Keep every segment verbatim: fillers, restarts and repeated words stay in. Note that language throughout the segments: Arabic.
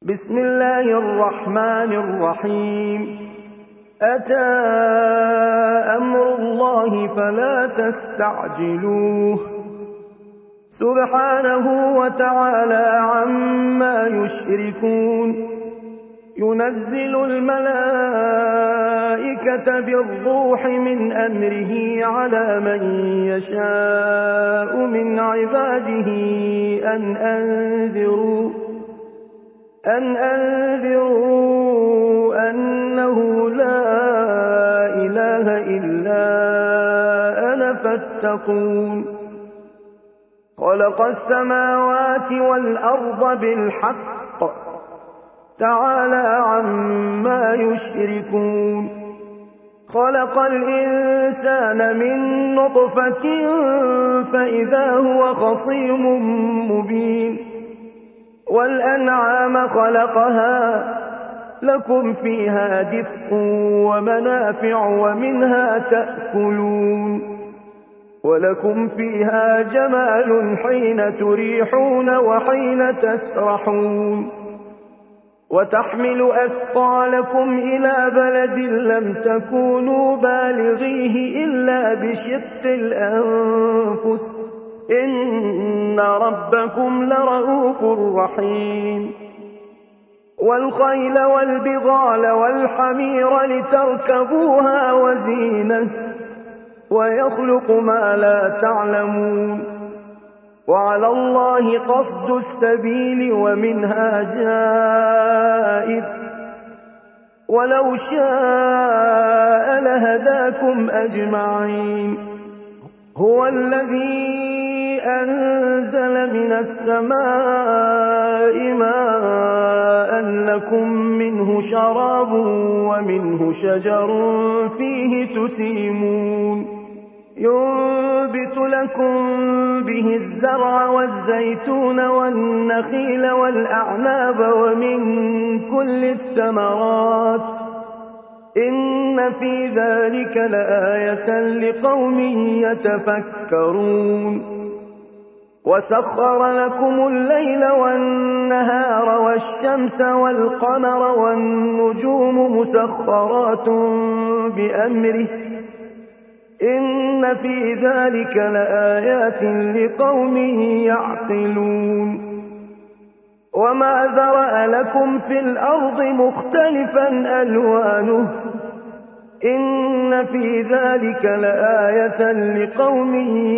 بسم الله الرحمن الرحيم أتى أمر الله فلا تستعجلوه سبحانه وتعالى عما يشركون ينزل الملائكة بالروح من أمره على من يشاء من عباده أن أنذروا أن أنذروا أنه لا إله إلا أنا فاتقون خلق السماوات والأرض بالحق تعالى عما يشركون خلق الإنسان من نطفة فإذا هو خصيم مبين والأنعام خلقها لكم فيها دفء ومنافع ومنها تأكلون ولكم فيها جمال حين تريحون وحين تسرحون وتحمل أثقالكم إلى بلد لم تكونوا بالغيه إلا بشق الأنفس إن ربكم لرءوف رحيم والخيل والبغال والحمير لتركبوها وزينة ويخلق ما لا تعلمون وعلى الله قصد السبيل ومنها جائر ولو شاء لهداكم أجمعين هو الذي أنزل من السماء ماء لكم منه شراب ومنه شجر فيه تسيمون ينبت لكم به الزرع والزيتون والنخيل والأعناب ومن كل الثمرات إن في ذلك لآية لقوم يتفكرون وسخر لكم الليل والنهار والشمس والقمر والنجوم مسخرات بأمره إن في ذلك لآيات لقوم يعقلون وما ذرأ لكم في الأرض مختلفا ألوانه إن في ذلك لآية لقوم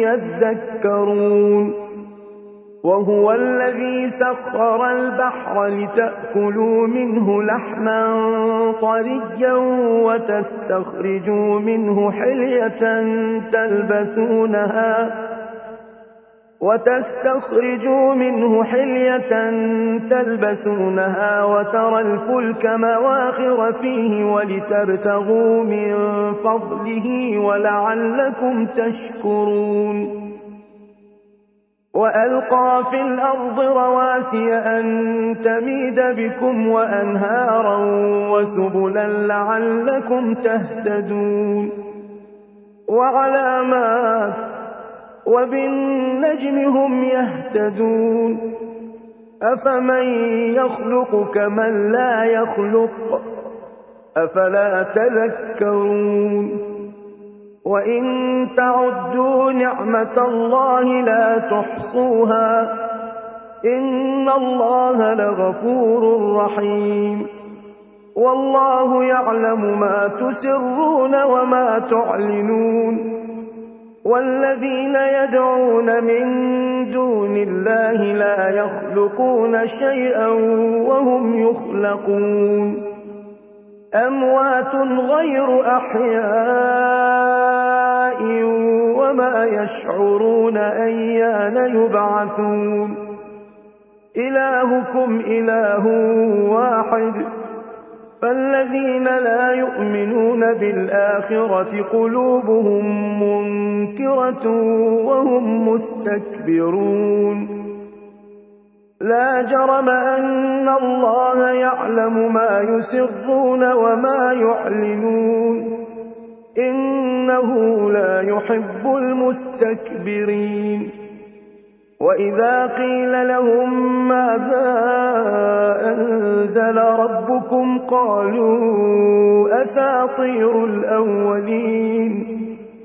يذكرون وهو الذي سخر البحر لتأكلوا منه لحما طريا وتستخرجوا منه حلية تلبسونها وتستخرجوا منه حلية تلبسونها وترى الفلك مواخر فيه ولتبتغوا من فضله ولعلكم تشكرون وألقى في الأرض رواسي أن تميد بكم وأنهارا وسبلا لعلكم تهتدون وعلامات وبالنجم هم يهتدون أفمن يخلق كمن لا يخلق أفلا تذكرون وإن تعدوا نعمة الله لا تحصوها إن الله لغفور رحيم والله يعلم ما تسرون وما تعلنون والذين يدعون من دون الله لا يخلقون شيئا وهم يخلقون أموات غير أحياء وما يشعرون أيان يبعثون إلهكم إله واحد فالذين لا يؤمنون بالآخرة قلوبهم منكرة وهم مستكبرون لا جرم أن الله يعلم ما يسرون وما يعلنون إنه لا يحب المستكبرين وإذا قيل لهم ماذا أنزل أنزل ربكم قالوا أساطير الأولين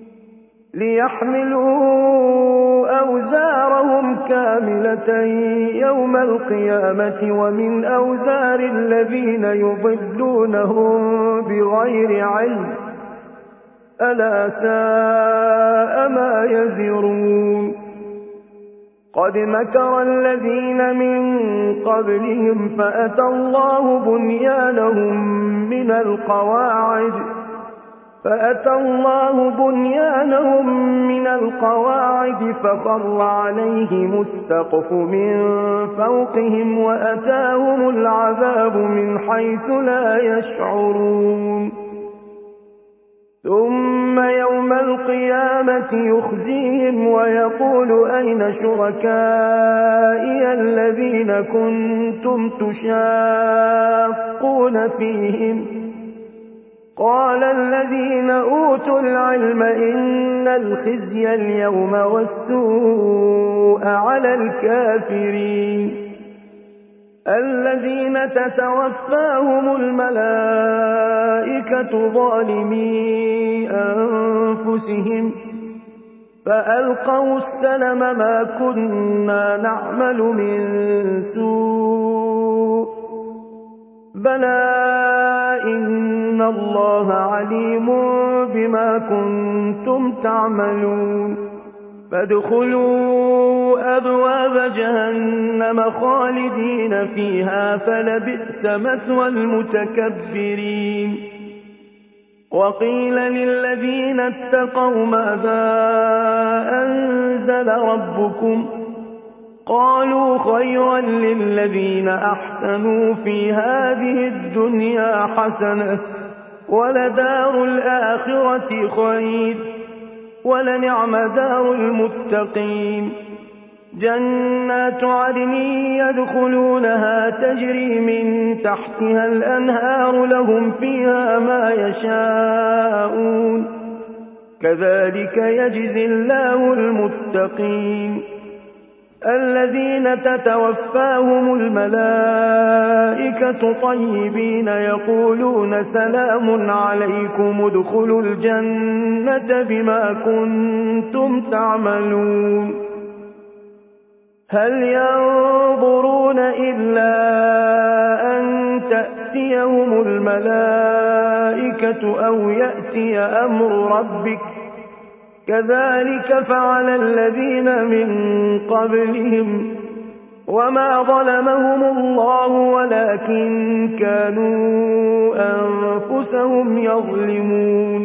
ليحملوا أوزارهم كاملة يوم القيامة ومن أوزار الذين يضلونهم بغير علم ألا ساء ما يزرون قد مكر الذين من قبلهم فأتى الله بنيانهم من القواعد فأتى الله بنيانهم من القواعد فخر عليهم السقف من فوقهم وأتاهم العذاب من حيث لا يشعرون ثم يوم القيامة يخزيهم ويقول أين شركائي الذين كنتم تشاقون فيهم قال الذين أوتوا العلم إن الخزي اليوم والسوء على الكافرين الذين تتوفاهم الملائكة ظالمي أنفسهم فألقوا السلم ما كنا نعمل من سوء بلى إن الله عليم بما كنتم تعملون فادخلوا أبواب جهنم خالدين فيها فلبئس مثوى المتكبرين وقيل للذين اتقوا ماذا أنزل ربكم قالوا خيرا للذين أحسنوا في هذه الدنيا حسنة ولدار الآخرة خير ولنعم دار المتقين جنات عدن يدخلونها تجري من تحتها الأنهار لهم فيها ما يشاءون كذلك يجزي الله المتقين الذين تتوفاهم الملائكة طيبين يقولون سلام عليكم ادخلوا الجنة بما كنتم تعملون هل ينظرون إلا أن تأتيهم الملائكة أو يأتي أمر ربك كذلك فعل الذين من قبلهم وما ظلمهم الله ولكن كانوا أنفسهم يظلمون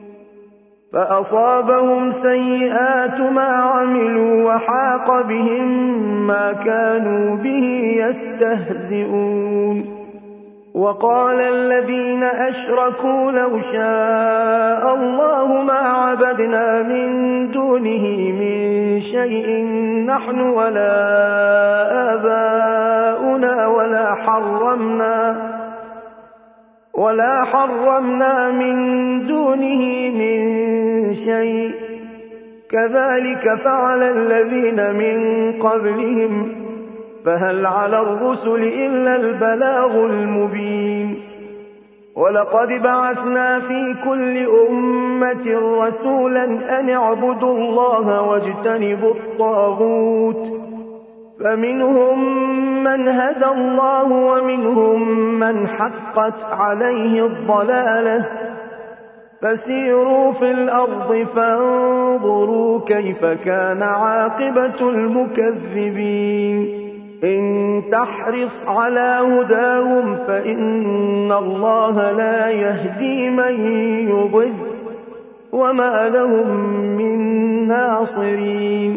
فأصابهم سيئات ما عملوا وحاق بهم ما كانوا به يستهزئون وقال الذين أشركوا لو شاء الله ما عبدنا من دونه من شيء نحن ولا آباؤنا ولا حرمنا ولا حرمنا من دونه من شيء كذلك فعل الذين من قبلهم فهل على الرسل إلا البلاغ المبين ولقد بعثنا في كل أمة رسولا أن اعبدوا الله واجتنبوا الطاغوت فمنهم من هدى الله ومنهم من حقت عليه الضلالة فسيروا في الأرض فانظروا كيف كان عاقبة المكذبين إن تحرص على هداهم فإن الله لا يهدي من يضل وما لهم من ناصرين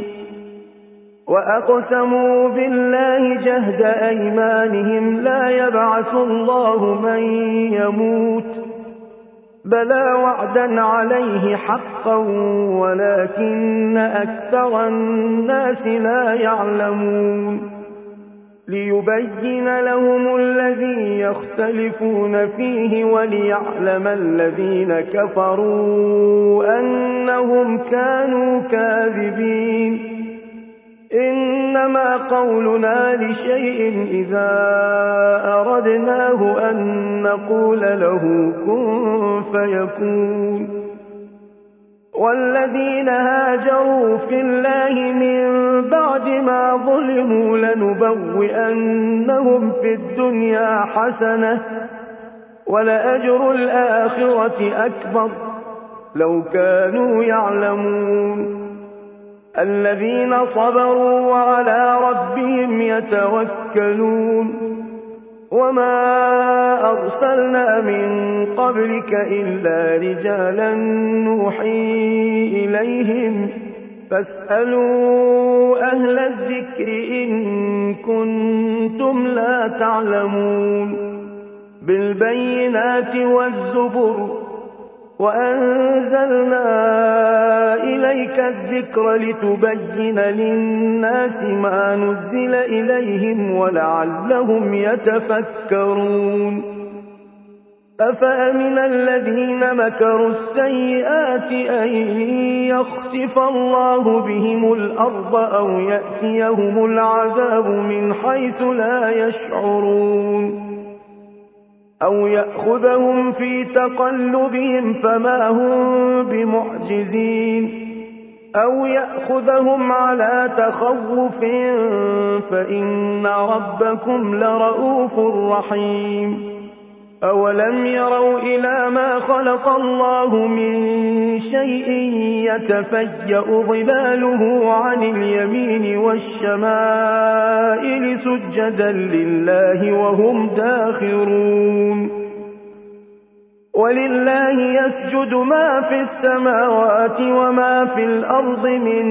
وأقسموا بالله جهد أيمانهم لا يبعث الله من يموت بلى وعدا عليه حقا ولكن أكثر الناس لا يعلمون ليبين لهم الذي يختلفون فيه وليعلم الذين كفروا أنهم كانوا كاذبين إنما قولنا لشيء إذا أردناه أن نقول له كن فيكون. والذين هاجروا في الله من بعد ما ظلموا لنبوئنهم في الدنيا حسنة ولأجر الآخرة أكبر لو كانوا يعلمون. الذين صبروا وعلى ربهم يتوكلون. وما أرسلنا من قبلك إلا رجالا نوحي إليهم فاسألوا أهل الذكر إن كنتم لا تعلمون. بالبينات والزبر وأنزلنا إليك الذكر لتبين للناس ما نزل إليهم ولعلهم يتفكرون. أفأمن الذين مكروا السيئات أن يخسف الله بهم الأرض أو يأتيهم العذاب من حيث لا يشعرون أو يأخذهم في تقلبهم فما هم بمعجزين أو يأخذهم على تخوف فإن ربكم لرؤوف رحيم. أولم يروا إلى ما خلق الله من شيء يتفيأ ظلاله عن اليمين والشمائل سجدا لله وهم داخرون. ولله يسجد ما في السماوات وما في الأرض من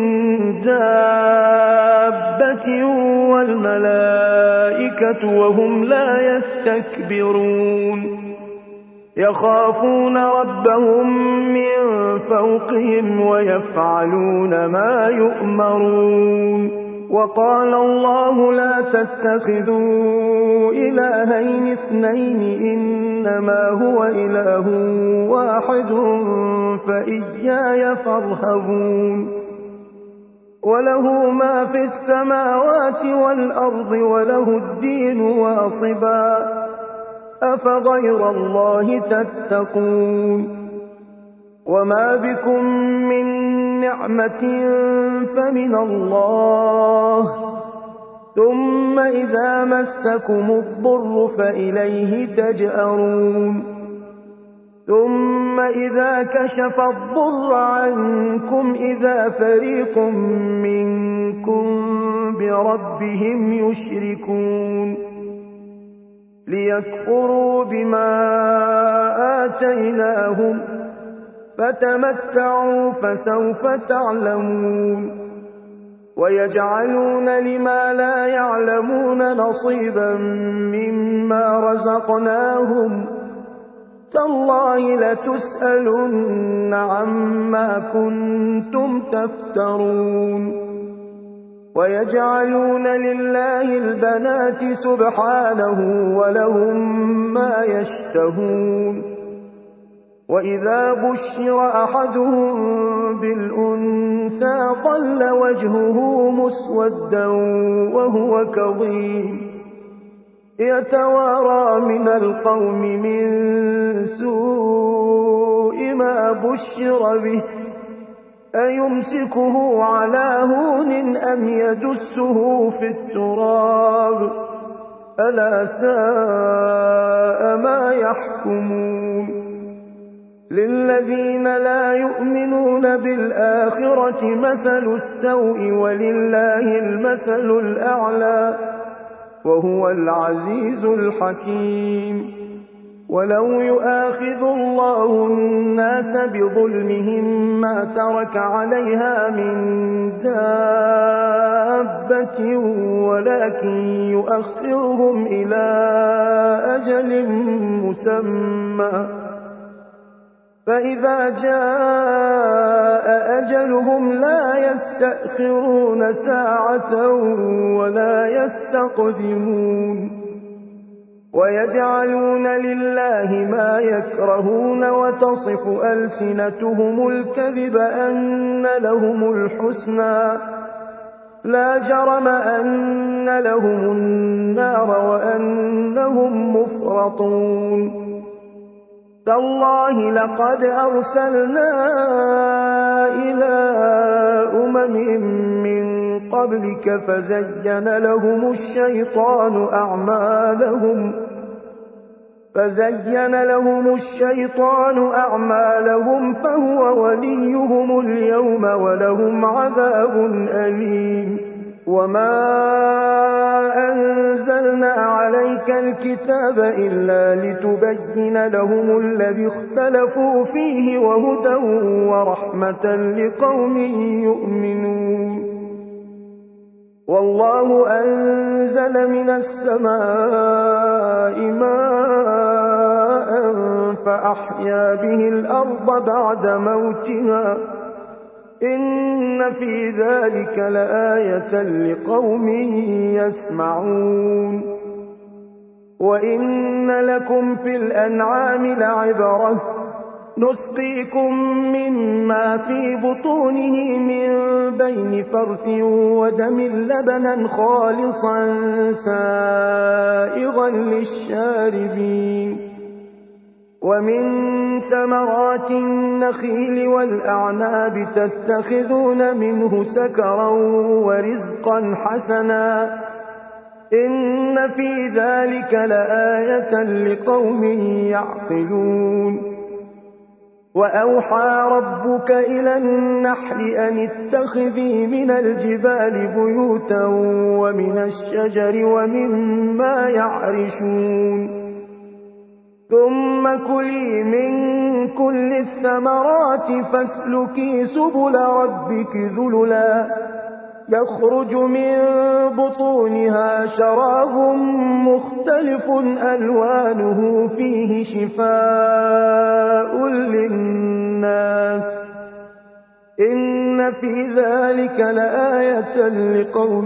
دابة والملائكة وهم لا يستكبرون. يخافون ربهم من فوقهم ويفعلون ما يؤمرون. وقال الله لا تتخذوا إلهين اثنين إنما هو إله واحد فإياي فارهبون. وله ما في السماوات والأرض وله الدين واصبا أفغير الله تتقون. وما بكم من نعمة فمن الله ثم إذا مسكم الضر فإليه تجأرون. ثم إذا كشف الضر عنكم إذا فريق منكم بربهم يشركون. ليكفروا بما آتيناهم فتمتعوا فسوف تعلمون. ويجعلون لما لا يعلمون نصيبا مما رزقناهم تالله لتسألن عما كنتم تفترون. ويجعلون لله البنات سبحانه ولهم ما يشتهون. وإذا بشر أحدهم بالأنثى ظل وجهه مسودا وهو كظيم يتوارى من القوم من سوء ما بشر به أيمسكه على هون أم يدسه في التراب ألا ساء ما يحكمون. للذين لا يؤمنون بالآخرة مثل السوء ولله المثل الأعلى وهو العزيز الحكيم. ولو يؤاخذ الله الناس بظلمهم ما ترك عليها من دابة ولكن يؤخرهم إلى أجل مسمى فإذا جاء أجلهم لا يستأخرون ساعة ولا يستقدمون. ويجعلون لله ما يكرهون وتصف ألسنتهم الكذب أن لهم الحسنى لا جرم أن لهم النار وأنهم مفرطون تالله لقد أرسلنا إلى أمم من قبلك فزين لهم الشيطان أعمالهم فزين لهم الشيطان أعمالهم فهو وليهم اليوم ولهم عذاب أليم وما أنزلنا عليك الكتاب إلا لتبين لهم الذي اختلفوا فيه وهدى ورحمة لقوم يؤمنون والله أنزل من السماء ماء فأحيا به الأرض بعد موتها إن في ذلك لآية لقوم يسمعون وإن لكم في الأنعام لعبرة نسقيكم مما في بطونه من بين فرث ودم لبنا خالصا سائغا للشاربين ومن ثمرات النخيل والأعناب تتخذون منه سكرا ورزقا حسنا إن في ذلك لآية لقوم يعقلون وأوحى ربك إلى النحل أن اتخذي من الجبال بيوتا ومن الشجر ومما يعرشون ثم كلي من كل الثمرات فاسلكي سبل ربك ذللا يخرج من بطونها شراب مختلف ألوانه فيه شفاء للناس إن في ذلك لآية لقوم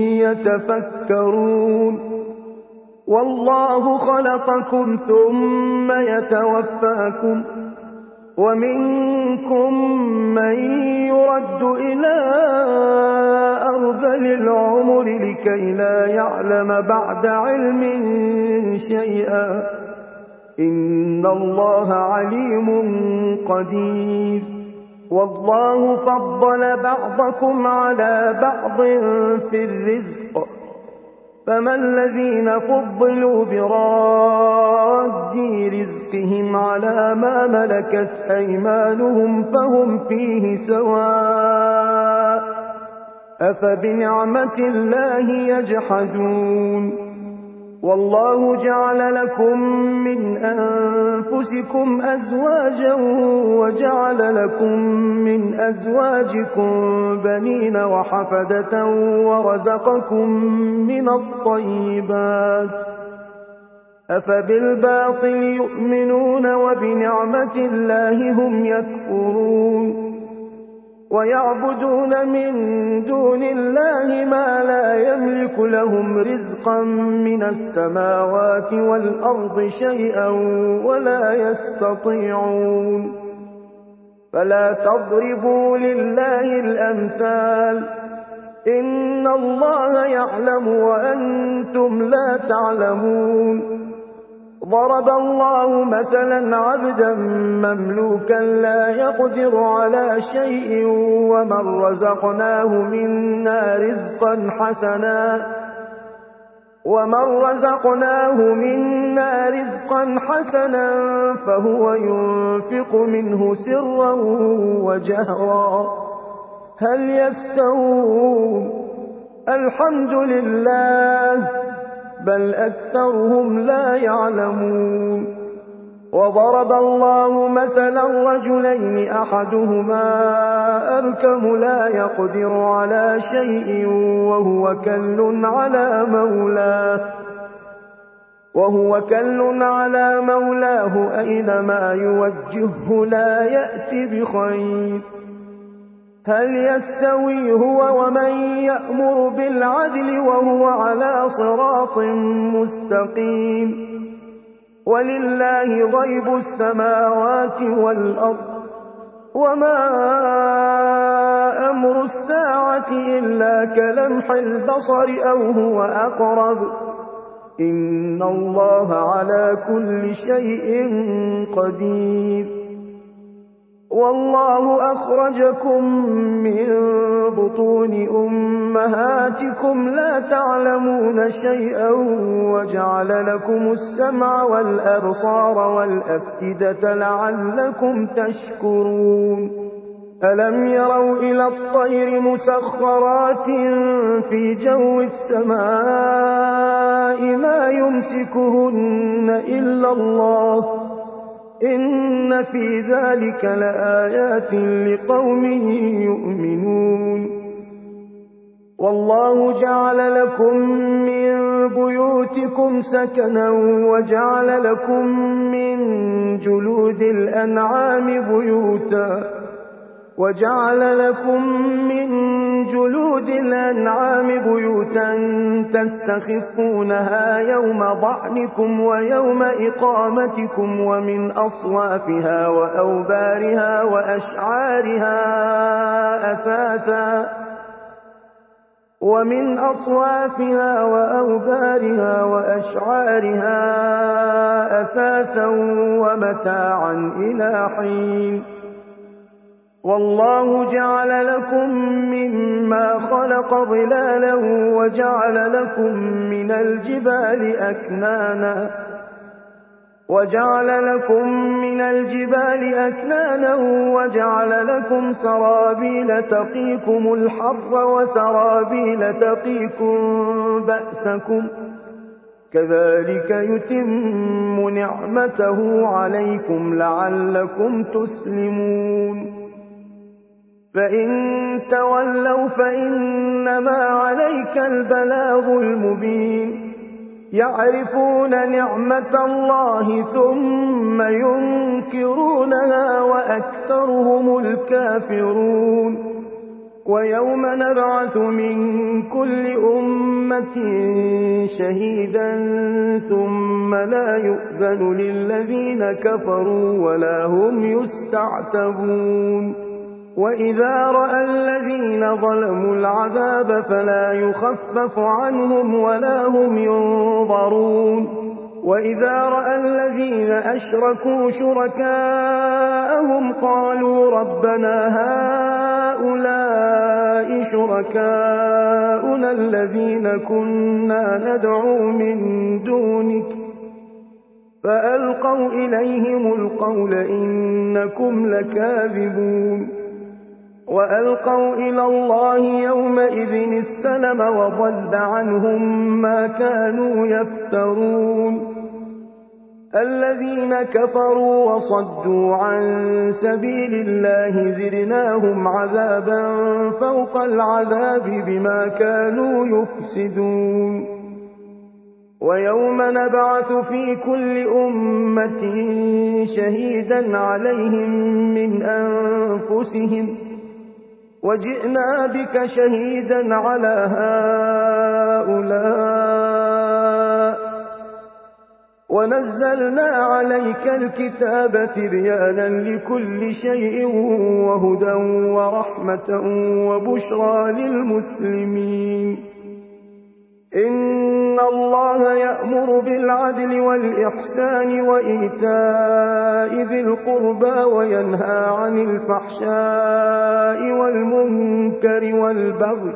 يتفكرون والله خلقكم ثم يتوفاكم ومنكم من يرد إلى أرذل العمر لكي لا يعلم بعد علم شيئا إن الله عليم قدير والله فضل بعضكم على بعض في الرزق فما الذين فضلوا براد رزقهم على ما ملكت أيمانهم فهم فيه سواء أفبنعمة الله يجحدون والله جعل لكم من أنفسكم أزواجا وجعل لكم من أزواجكم بنين وحفدة ورزقكم من الطيبات أفبالباطل يؤمنون وبنعمة الله هم يكفرون ويعبدون من دون الله ما لا يملك لهم رزقا من السماوات والأرض شيئا ولا يستطيعون فلا تضربوا لله الأمثال إن الله يعلم وأنتم لا تعلمون ضرب الله مثلا عبدا مملوكا لا يقدر على شيء ومن رزقناه منا رزقا حسنا ومن رزقناه منا رزقا حسنا فهو ينفق منه سرا وجهرا هل يستوون الحمد لله بل أكثرهم لا يعلمون وضرب الله مثلا رجلين أحدهما أبكم لا يقدر على شيء وهو كل على مولاه وهو كل على مولاه أينما يوجهه لا يأتي بخير هل يستوي هو ومن يأمر بالعدل وهو على صراط مستقيم ولله غيب السماوات والأرض وما أمر الساعة إلا كلمح البصر أو هو أقرب إن الله على كل شيء قدير والله أخرجكم من بطون أمهاتكم لا تعلمون شيئا وجعل لكم السمع والأبصار والأفئدة لعلكم تشكرون ألم يروا إلى الطير مسخرات في جو السماء ما يمسكهن إلا الله إن في ذلك لآيات لقوم يؤمنون والله جعل لكم من بيوتكم سكنا وجعل لكم من جلود الأنعام بيوتا وجعل لكم من جلود الأنعام بيوتا تستخفونها يوم ضعنكم ويوم إقامتكم ومن أصوافها وأوبارها وأشعارها أثاثا ومن أصوافها وأوبارها وأشعارها أثاثا ومتاعا إلى حين والله جعل لكم مما خلق ظلالا وجعل لكم من الجبال أكنانا وجعل لكم من الجبال أكنانا وجعل لكم سرابيل تقيكم الحر وسرابيل تقيكم بأسكم كذلك يتم نعمته عليكم لعلكم تسلمون فإن تولوا فإنما عليك البلاغ المبين يعرفون نعمة الله ثم ينكرونها وأكثرهم الكافرون ويوم نبعث من كل أمة شهيدا ثم لا يؤذن للذين كفروا ولا هم يستعتبون وإذا رأى الذين ظلموا العذاب فلا يخفف عنهم ولا هم ينظرون وإذا رأى الذين أشركوا شركاءهم قالوا ربنا هؤلاء شركاؤنا الذين كنا ندعو من دونك فألقوا إليهم القول إنكم لكاذبون وألقوا إلى الله يومئذ السلم وضل عنهم ما كانوا يفترون الذين كفروا وصدوا عن سبيل الله زدناهم عذابا فوق العذاب بما كانوا يفسدون ويوم نبعث في كل أمة شهيدا عليهم من أنفسهم وجئنا بك شهيدا على هؤلاء ونزلنا عليك الكتاب تبيانا لكل شيء وهدى ورحمة وبشرى للمسلمين إن الله يأمر بالعدل والإحسان وإيتاء ذي القربى وينهى عن الفحشاء والمنكر والبغي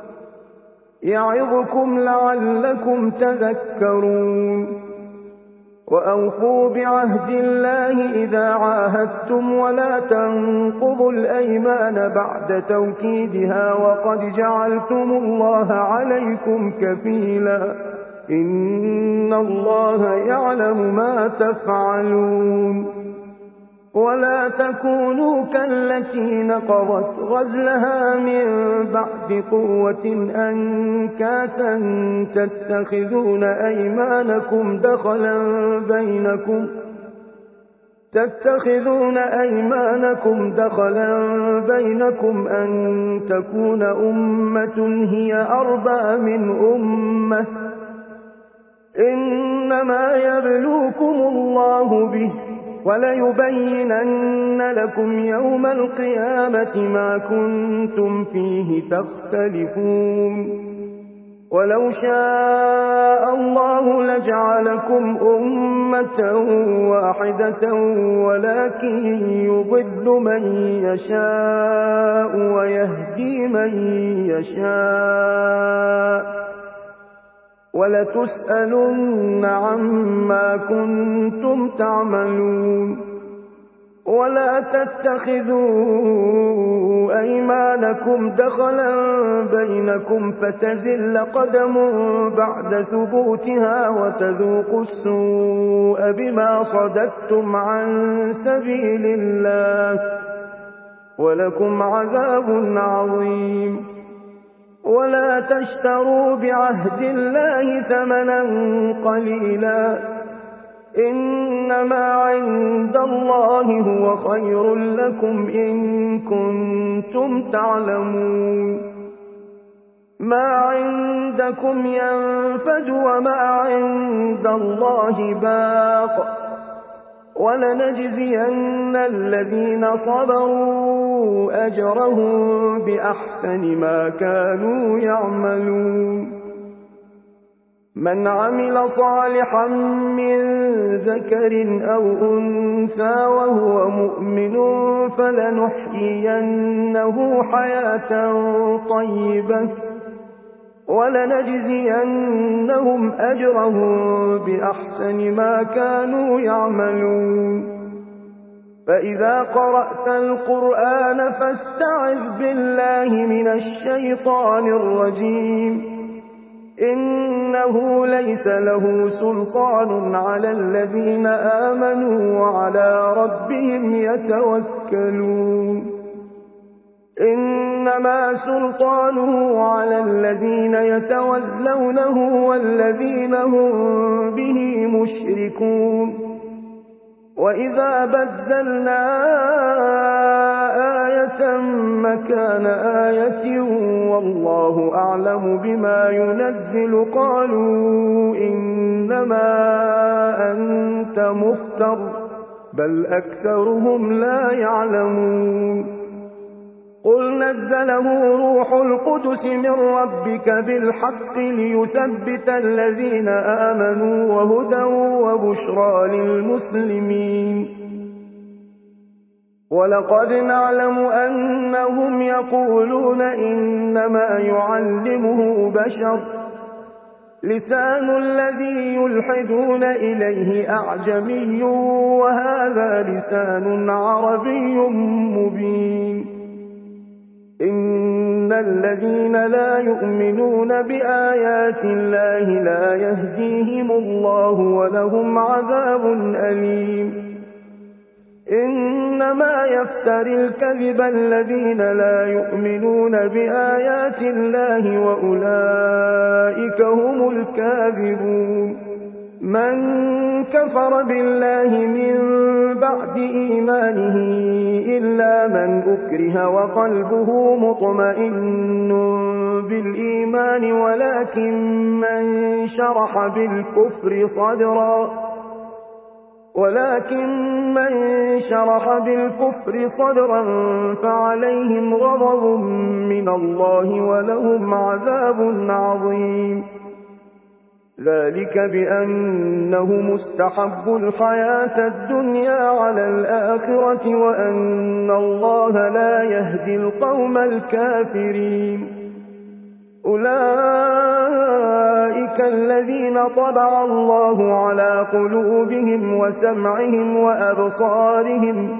يعظكم لعلكم تذكرون وأوفوا بعهد الله إذا عاهدتم ولا تنقضوا الأيمان بعد توكيدها وقد جعلتم الله عليكم كفيلا إن الله يعلم ما تفعلون ولا تكونوا كالتي نقضت غزلها من بعد قوة أنكاثا تتخذون أيمانكم دخلا بينكم تتخذون أيمانكم دخلا بينكم أن تكون أمة هي أربى من أمة إنما يبلوكم الله به وَلَيُبَيِّنَنَّ لَكُمْ يَوْمَ الْقِيَامَةِ مَا كُنتُمْ فِيهِ تَخْتَلِفُونَ وَلَوْ شَاءَ اللَّهُ لَجَعَلَكُمْ أُمَّةً وَاحِدَةً وَلَٰكِن يُضِلُّ مَن يَشَاءُ وَيَهْدِي مَن يَشَاءُ ۚ وَلَتُسْأَلُنَّ عَمَّا كُنتُمْ تَعْمَلُونَ وَلَا تَتَّخِذُوا أَيْمَانَكُمْ دَخَلًا بَيْنَكُمْ فَتَزِلَّ قَدَمٌ بَعْدَ ثُبُوتِهَا وَتَذُوقُوا السُّوءَ بِمَا صَدَدتُّمْ عَن سَبِيلِ اللَّهِ وَلَكُمْ عَذَابٌ عَظِيمٌ وَلَا تَشْتَرُوا بِعَهْدِ اللَّهِ ثَمَنًا قَلِيلًا ۚ إِنَّمَا عِندَ اللَّهِ هُوَ خَيْرٌ لَّكُمْ إِن كُنتُمْ تَعْلَمُونَ مَا عِندَكُمْ يَنفَدُ وَمَا عِندَ اللَّهِ بَاقٍ ۗ وَلَنَجْزِيَنَّ الَّذِينَ صَبَرُوا أَجْرَهُم بِأَحْسَنِ مَا كَانُوا يَعْمَلُونَ مَنْ عَمِلَ صَالِحًا مِّن ذَكَرٍ أَوْ أُنثَىٰ وَهُوَ مُؤْمِنٌ فَلَنُحْيِيَنَّهُ حَيَاةً طَيِّبَةً ۖ وَلَنَجْزِيَنَّهُمْ أَجْرَهُم بِأَحْسَنِ مَا كَانُوا يَعْمَلُونَ فَإِذَا قَرَأْتَ الْقُرْآنَ فَاسْتَعِذْ بِاللَّهِ مِنَ الشَّيْطَانِ الرَّجِيمِ إِنَّهُ لَيْسَ لَهُ سُلْطَانٌ عَلَى الَّذِينَ آمَنُوا وَعَلَىٰ رَبِّهِمْ يَتَوَكَّلُونَ إِنَّمَا سُلْطَانُهُ عَلَى الَّذِينَ يَتَوَلَّوْنَهُ وَالَّذِينَ هُم بِهِ مُشْرِكُونَ وَإِذَا بَدَّلْنَا آيَةً مَّكَانَ آيَةٍ وَاللَّهُ أَعْلَمُ بِمَا يُنَزِّلُ قَالُوا إِنَّمَا أَنتَ مُفْتَرٍ ۚ بَلْ أَكْثَرُهُمْ لَا يَعْلَمُونَ قُلْ نَزَّلَهُ رُوحُ الْقُدُسِ مِن رَّبِّكَ بِالْحَقِّ لِيُثَبِّتَ الَّذِينَ آمَنُوا وَهُدًى وَبُشْرَىٰ لِلْمُسْلِمِينَ وَلَقَدْ نَعْلَمُ أَنَّهُمْ يَقُولُونَ إِنَّمَا يُعَلِّمُهُ بَشَرٌ ۗ لِّسَانُ الَّذِي يُلْحِدُونَ إِلَيْهِ أَعْجَمِيٌّ وَهَٰذَا لِسَانٌ عَرَبِيٌّ مُّبِينٌ إِنَّ الَّذِينَ لَا يُؤْمِنُونَ بِآيَاتِ اللَّهِ لَا يَهْدِيهِمُ اللَّهُ وَلَهُمْ عَذَابٌ أَلِيمٌ إِنَّمَا يَفْتَرِي الْكَذِبَ الَّذِينَ لَا يُؤْمِنُونَ بِآيَاتِ اللَّهِ وَأُولَٰئِكَ هُمُ الْكَاذِبُونَ مَن كَفَرَ بِاللَّهِ مِن بَعْدِ إِيمَانِهِ إِلَّا مَنْ أُكْرِهَ وَقَلْبُهُ مُطْمَئِنٌّ بِالْإِيمَانِ وَلَٰكِن مَّن شَرَحَ بِالْكُفْرِ صَدْرًا ولكن من شرح بالكفر صدرا فعليهم غضب من الله ولهم عذاب عظيم ذلك بأنهم استحبوا الحياة الدنيا على الآخرة وأن الله لا يهدي القوم الكافرين أولئك الذين طبع الله على قلوبهم وسمعهم وأبصارهم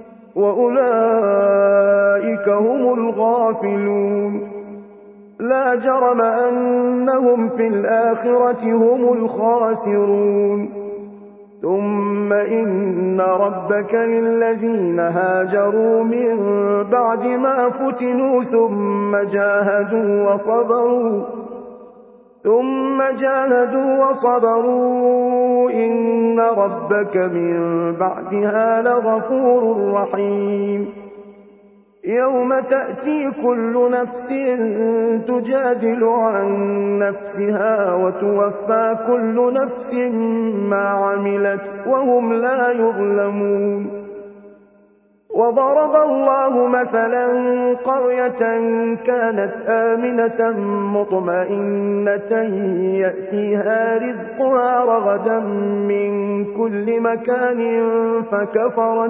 وأولئك هم الغافلون لا جرم أنهم في الآخرة هم الخاسرون ثم إن ربك للذين هاجروا من بعد ما فتنوا ثم جاهدوا وصبروا ثم جاهدوا وصبروا إن ربك من بعدها لغفور رحيم يوم تأتي كل نفس تجادل عن نفسها وتوفى كل نفس ما عملت فعلت وهم لا يظلمون وضرب الله مثلا قرية كانت آمنة مطمئنة يأتيها رزقها رغدا من كل مكان فكفرت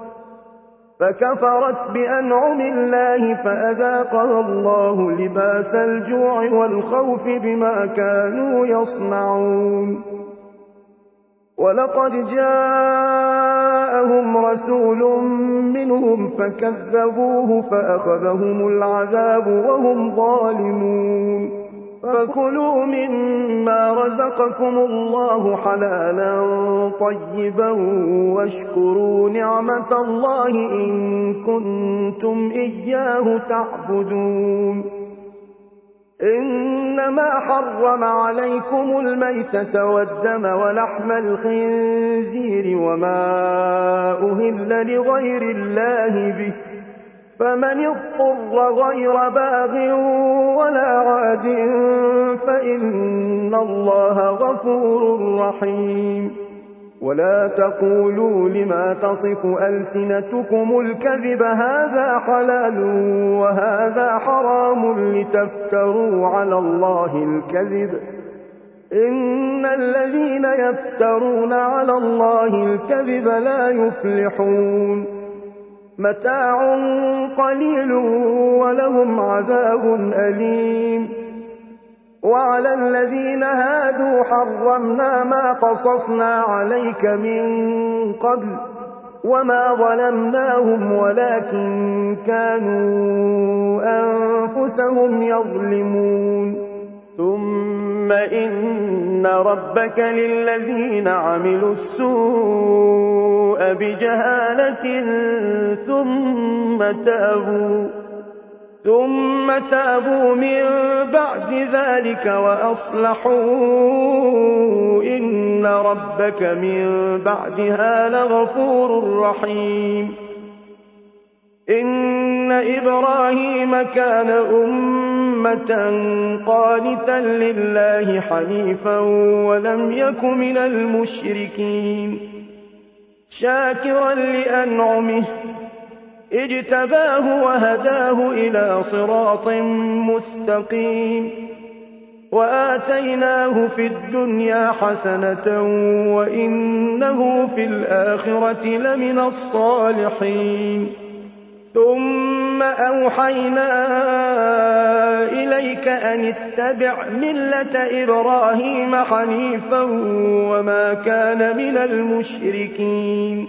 فكفرت بأنعم الله فأذاقها الله لباس الجوع والخوف بما كانوا يصنعون ولقد جاءهم رسول منهم فكذبوه فأخذهم العذاب وهم ظالمون فكلوا مما رزقكم الله حلالا طيبا واشكروا نعمة الله إن كنتم إياه تعبدون إنما حرم عليكم الميتة والدم ولحم الخنزير وما أهل لغير الله به فمن اضطر غير باغ ولا عاد فإن الله غفور رحيم ولا تقولوا لما تصف ألسنتكم الكذب هذا حلال وهذا حرام لتفتروا على الله الكذب إن الذين يفترون على الله الكذب لا يفلحون متاع قليل ولهم عذاب أليم وعلى الذين هادوا حرمنا ما قصصنا عليك من قبل وما ظلمناهم ولكن كانوا أنفسهم يظلمون ثم إن ربك للذين عملوا السوء بجهالة ثم تابوا ثم تابوا من بعد ذلك وأصلحوا إن ربك من بعدها لغفور رحيم إن إبراهيم كان أمة قانتا لله حنيفا ولم يك من المشركين شاكرا لأنعمه اجتباه وهداه إلى صراط مستقيم وآتيناه في الدنيا حسنة وإنه في الآخرة لمن الصالحين ثم أوحينا إليك أن اتبع ملة إبراهيم حنيفا وما كان من المشركين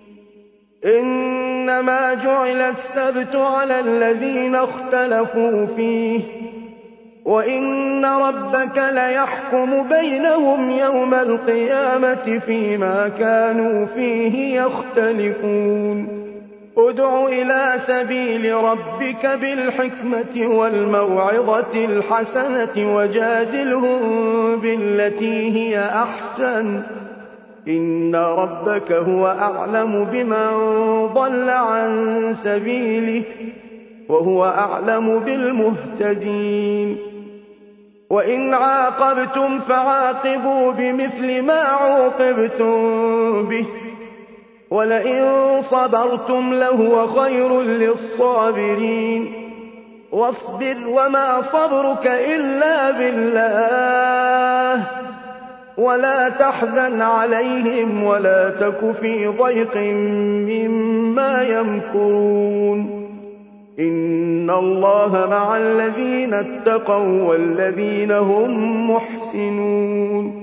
إنما جعل السبت على الذين اختلفوا فيه وإن ربك ليحكم بينهم يوم القيامة فيما كانوا فيه يختلفون ادع إلى سبيل ربك بالحكمة والموعظة الحسنة وجادلهم بالتي هي أحسن إن ربك هو أعلم بمن ضل عن سبيله وهو أعلم بالمهتدين وإن عاقبتم فعاقبوا بمثل ما عوقبتم به ولئن صبرتم لهو خير للصابرين واصبر وما صبرك إلا بالله ولا تحزن عليهم ولا تك في ضيق مما يمكرون إن الله مع الذين اتقوا والذين هم محسنون